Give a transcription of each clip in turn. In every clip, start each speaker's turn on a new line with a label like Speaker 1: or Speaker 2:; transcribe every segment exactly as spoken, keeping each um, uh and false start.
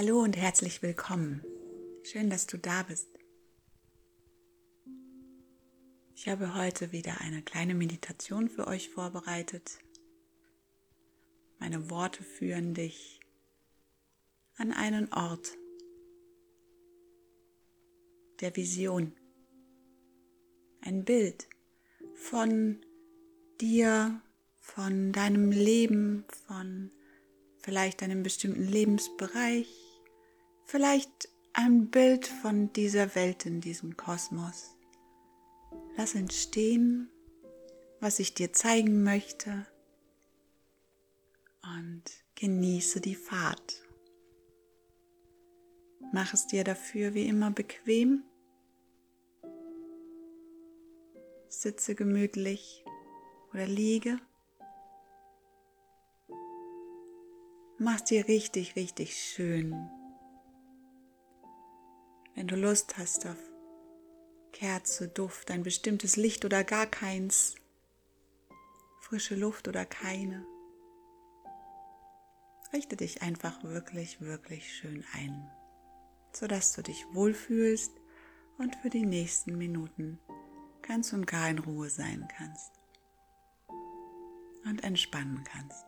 Speaker 1: Hallo und herzlich willkommen. Schön, dass du da bist. Ich habe heute wieder eine kleine Meditation für euch vorbereitet. Meine Worte führen dich an einen Ort der Vision. Ein Bild von dir, von deinem Leben, von vielleicht einem bestimmten Lebensbereich, vielleicht ein Bild von dieser Welt in diesem Kosmos. Lass entstehen, was ich dir zeigen möchte, und genieße die Fahrt. Mach es dir dafür wie immer bequem. Sitze gemütlich oder liege. Mach es dir richtig, richtig schön. Wenn du Lust hast auf Kerze, Duft, ein bestimmtes Licht oder gar keins, frische Luft oder keine, richte dich einfach wirklich, wirklich schön ein, sodass du dich wohlfühlst und für die nächsten Minuten ganz und gar in Ruhe sein kannst und entspannen kannst.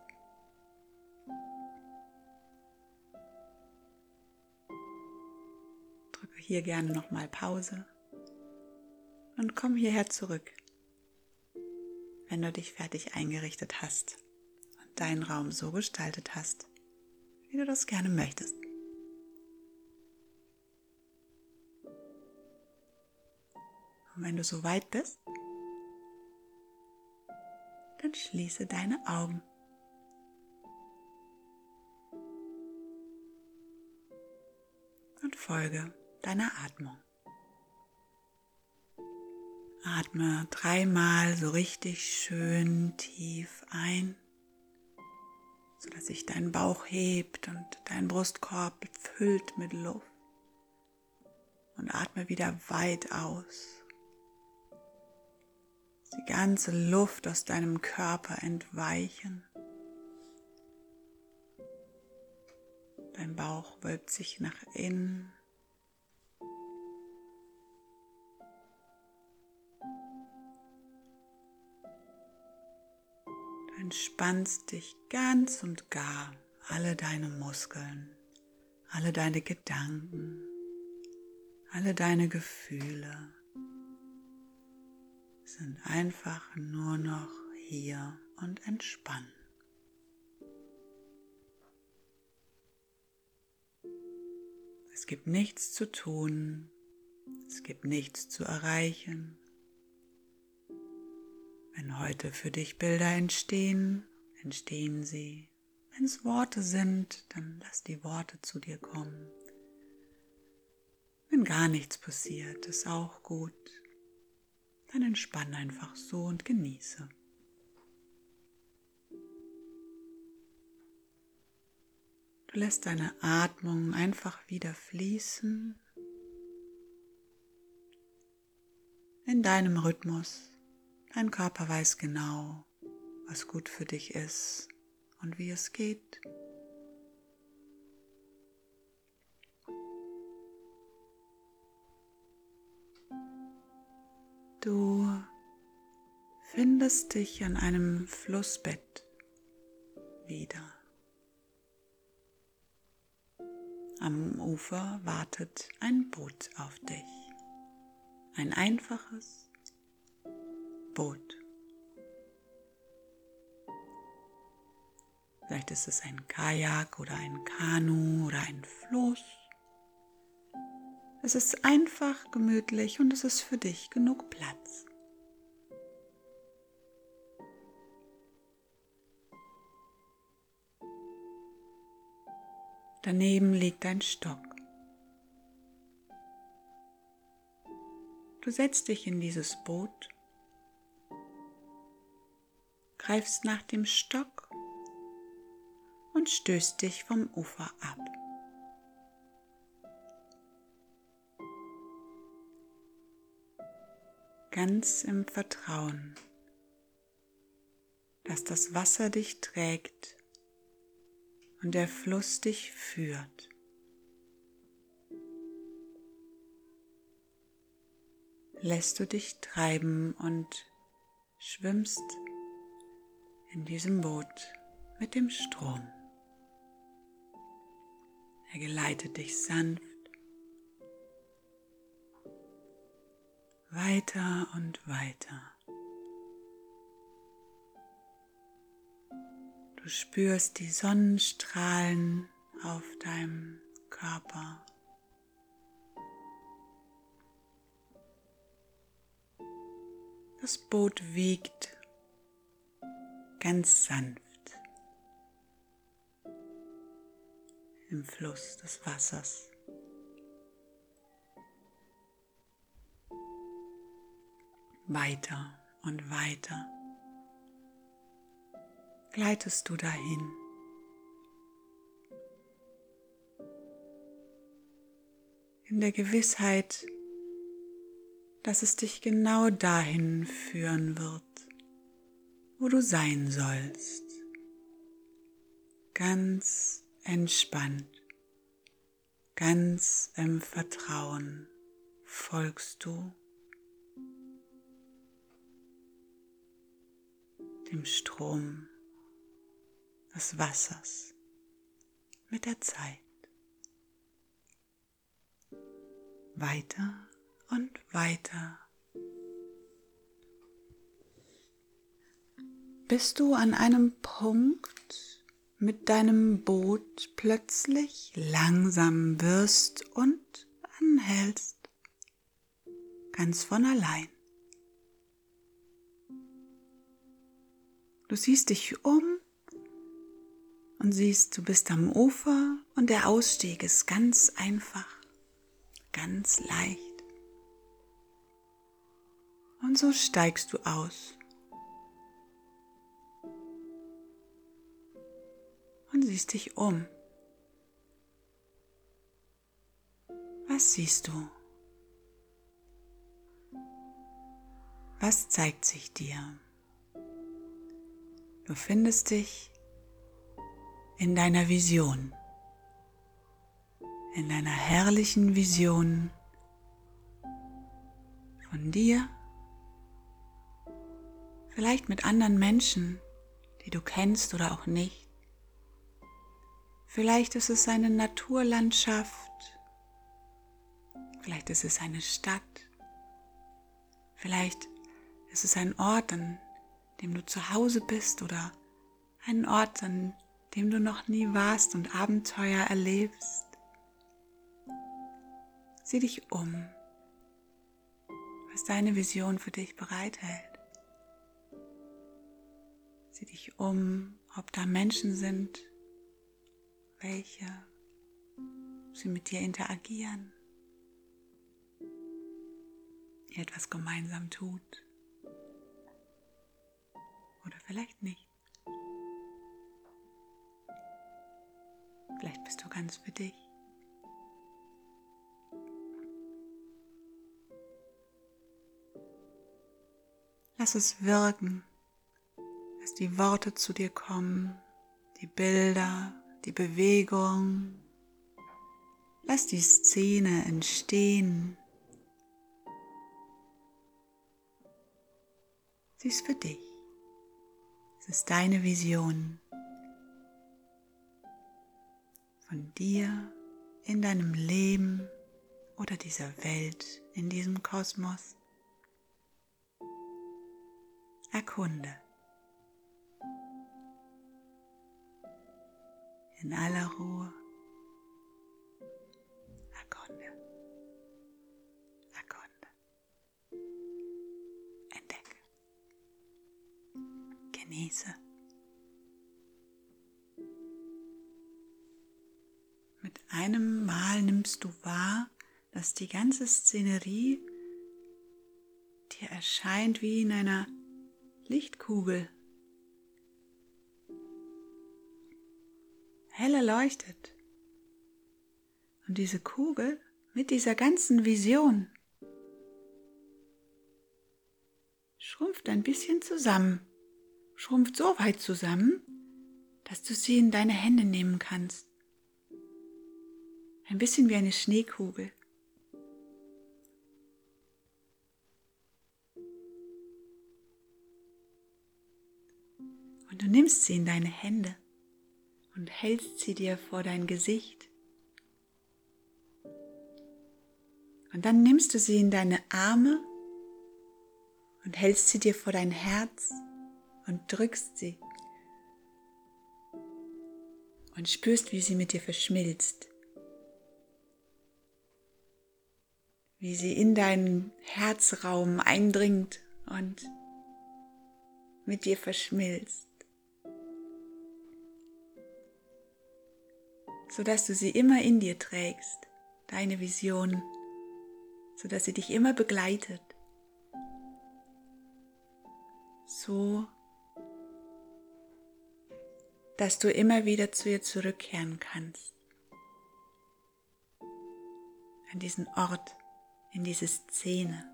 Speaker 1: Drücke hier gerne nochmal Pause und komm hierher zurück, wenn du dich fertig eingerichtet hast und deinen Raum so gestaltet hast, wie du das gerne möchtest. Und wenn du so weit bist, dann schließe deine Augen. Und folge deiner Atmung. Atme dreimal so richtig schön tief ein, sodass sich dein Bauch hebt und dein Brustkorb füllt mit Luft. Und atme wieder weit aus. Die ganze Luft aus deinem Körper entweichen. Dein Bauch wölbt sich nach innen. Du entspannst dich ganz und gar, alle deine Muskeln, alle deine Gedanken, alle deine Gefühle sind einfach nur noch hier und entspannen. Es gibt nichts zu tun, es gibt nichts zu erreichen. Wenn heute für dich Bilder entstehen, entstehen sie. Wenn es Worte sind, dann lass die Worte zu dir kommen. Wenn gar nichts passiert, ist auch gut. Dann entspann einfach so und genieße. Du lässt deine Atmung einfach wieder fließen in deinem Rhythmus. Dein Körper weiß genau, was gut für dich ist und wie es geht. Du findest dich an einem Flussbett wieder. Am Ufer wartet ein Boot auf dich. Ein einfaches Boot. Vielleicht ist es ein Kajak oder ein Kanu oder ein Floß. Es ist einfach, gemütlich und es ist für dich genug Platz. Daneben liegt ein Stock. Du setzt dich in dieses Boot, greifst nach dem Stock und stößt dich vom Ufer ab. Ganz im Vertrauen, dass das Wasser dich trägt und der Fluss dich führt. lässt du dich treiben und schwimmst in diesem Boot mit dem Strom. Er geleitet dich sanft weiter und weiter. Du spürst die Sonnenstrahlen auf deinem Körper. Das Boot wiegt ganz sanft im Fluss des Wassers. Weiter und weiter gleitest du dahin. In der Gewissheit, dass es dich genau dahin führen wird, wo du sein sollst. Ganz entspannt, ganz im Vertrauen folgst du dem Strom des Wassers mit der Zeit. Weiter und weiter, bis du an einem Punkt mit deinem Boot plötzlich langsam wirst und anhältst, ganz von allein. Du siehst dich um und siehst, du bist am Ufer und der Ausstieg ist ganz einfach, ganz leicht. Und so steigst du aus und siehst dich um. Was siehst du? Was zeigt sich dir? Du findest dich in deiner Vision, in deiner herrlichen Vision von dir, vielleicht mit anderen Menschen, die du kennst oder auch nicht. Vielleicht ist es eine Naturlandschaft, vielleicht ist es eine Stadt, vielleicht ist es ein Ort, an dem du zu Hause bist oder ein Ort, an dem du noch nie warst und Abenteuer erlebst. Sieh dich um, was deine Vision für dich bereithält. Sieh dich um, ob da Menschen sind, welche sie mit dir interagieren, ihr etwas gemeinsam tut oder vielleicht nicht. Vielleicht bist du ganz für dich. Lass es wirken, dass die Worte zu dir kommen, die Bilder, die Bewegung. Lass die Szene entstehen. Sie ist für dich. Es ist deine Vision von dir in deinem Leben oder dieser Welt, in diesem Kosmos. Erkunde. In aller Ruhe. Erkunde. Erkunde. Entdecke. Genieße. Mit einem Mal nimmst du wahr, dass die ganze Szenerie dir erscheint wie in einer Lichtkugel. Hell erleuchtet. Und diese Kugel mit dieser ganzen Vision schrumpft ein bisschen zusammen. Schrumpft so weit zusammen, dass du sie in deine Hände nehmen kannst. Ein bisschen wie eine Schneekugel. Und du nimmst sie in deine Hände und hältst sie dir vor dein Gesicht. Und dann nimmst du sie in deine Arme und hältst sie dir vor dein Herz und drückst sie und spürst, wie sie mit dir verschmilzt, wie sie in deinen Herzraum eindringt und mit dir verschmilzt, sodass du sie immer in dir trägst, deine Vision, sodass sie dich immer begleitet, so dass du immer wieder zu ihr zurückkehren kannst, an diesen Ort, in diese Szene.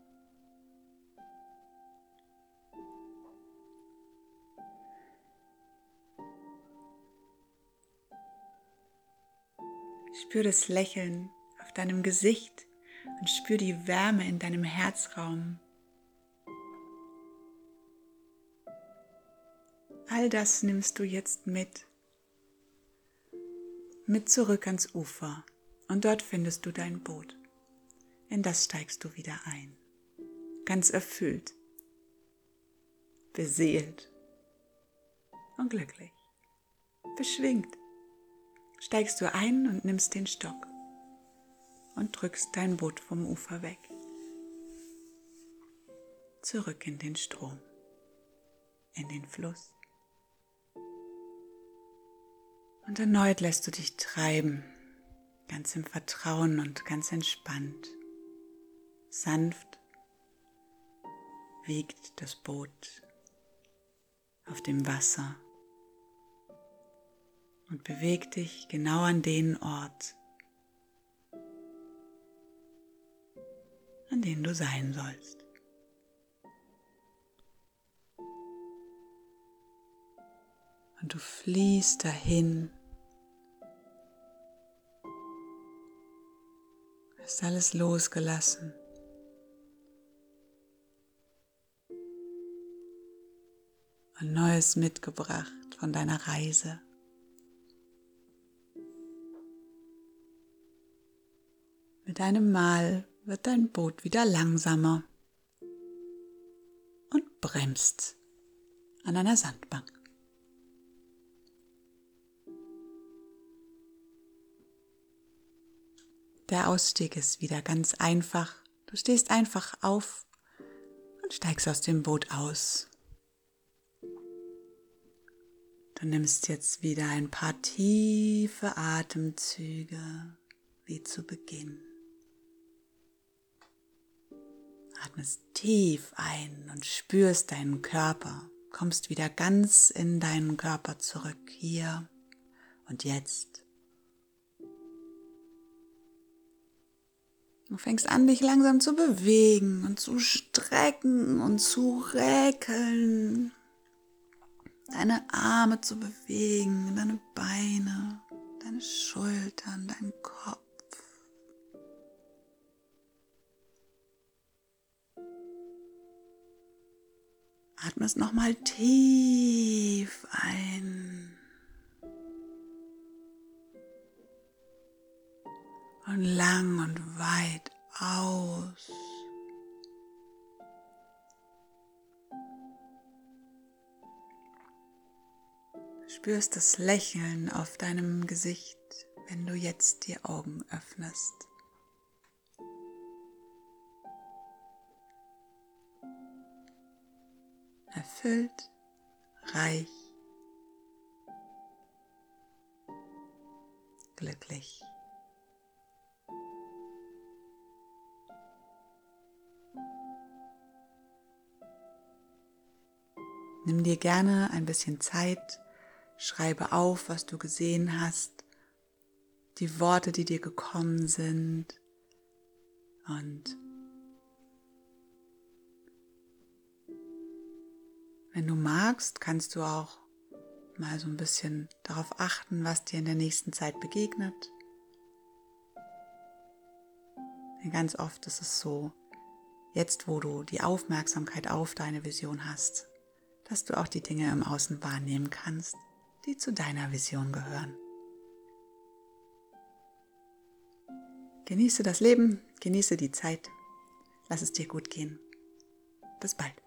Speaker 1: Spür das Lächeln auf deinem Gesicht und spür die Wärme in deinem Herzraum. All das nimmst du jetzt mit, mit zurück ans Ufer und dort findest du dein Boot. In das steigst du wieder ein, ganz erfüllt, beseelt und glücklich, beschwingt. Steigst du ein und nimmst den Stock und drückst dein Boot vom Ufer weg, zurück in den Strom, in den Fluss. Und erneut lässt du dich treiben, ganz im Vertrauen und ganz entspannt. Sanft wiegt das Boot auf dem Wasser und bewegt dich genau an den Ort, an dem du sein sollst. Und du fließt dahin, hast alles losgelassen. Und Neues mitgebracht von deiner Reise. Mit einem Mal wird dein Boot wieder langsamer und bremst an einer Sandbank. Der Ausstieg ist wieder ganz einfach. Du stehst einfach auf und steigst aus dem Boot aus. Du nimmst jetzt wieder ein paar tiefe Atemzüge, wie zu Beginn. Atmest tief ein und spürst deinen Körper, kommst wieder ganz in deinen Körper zurück, hier und jetzt. Du fängst an, dich langsam zu bewegen und zu strecken und zu räkeln. Deine Arme zu bewegen, deine Beine, deine Schultern, deinen Kopf. Atmest nochmal tief ein und lang und weit aus. Spürst das Lächeln auf deinem Gesicht, wenn du jetzt die Augen öffnest. Erfüllt, reich, glücklich. Nimm dir gerne ein bisschen Zeit. Schreibe auf, was du gesehen hast, die Worte, die dir gekommen sind und wenn du magst, kannst du auch mal so ein bisschen darauf achten, was dir in der nächsten Zeit begegnet. Denn ganz oft ist es so, jetzt wo du die Aufmerksamkeit auf deine Vision hast, dass du auch die Dinge im Außen wahrnehmen kannst, die zu deiner Vision gehören. Genieße das Leben, genieße die Zeit, lass es dir gut gehen. Bis bald.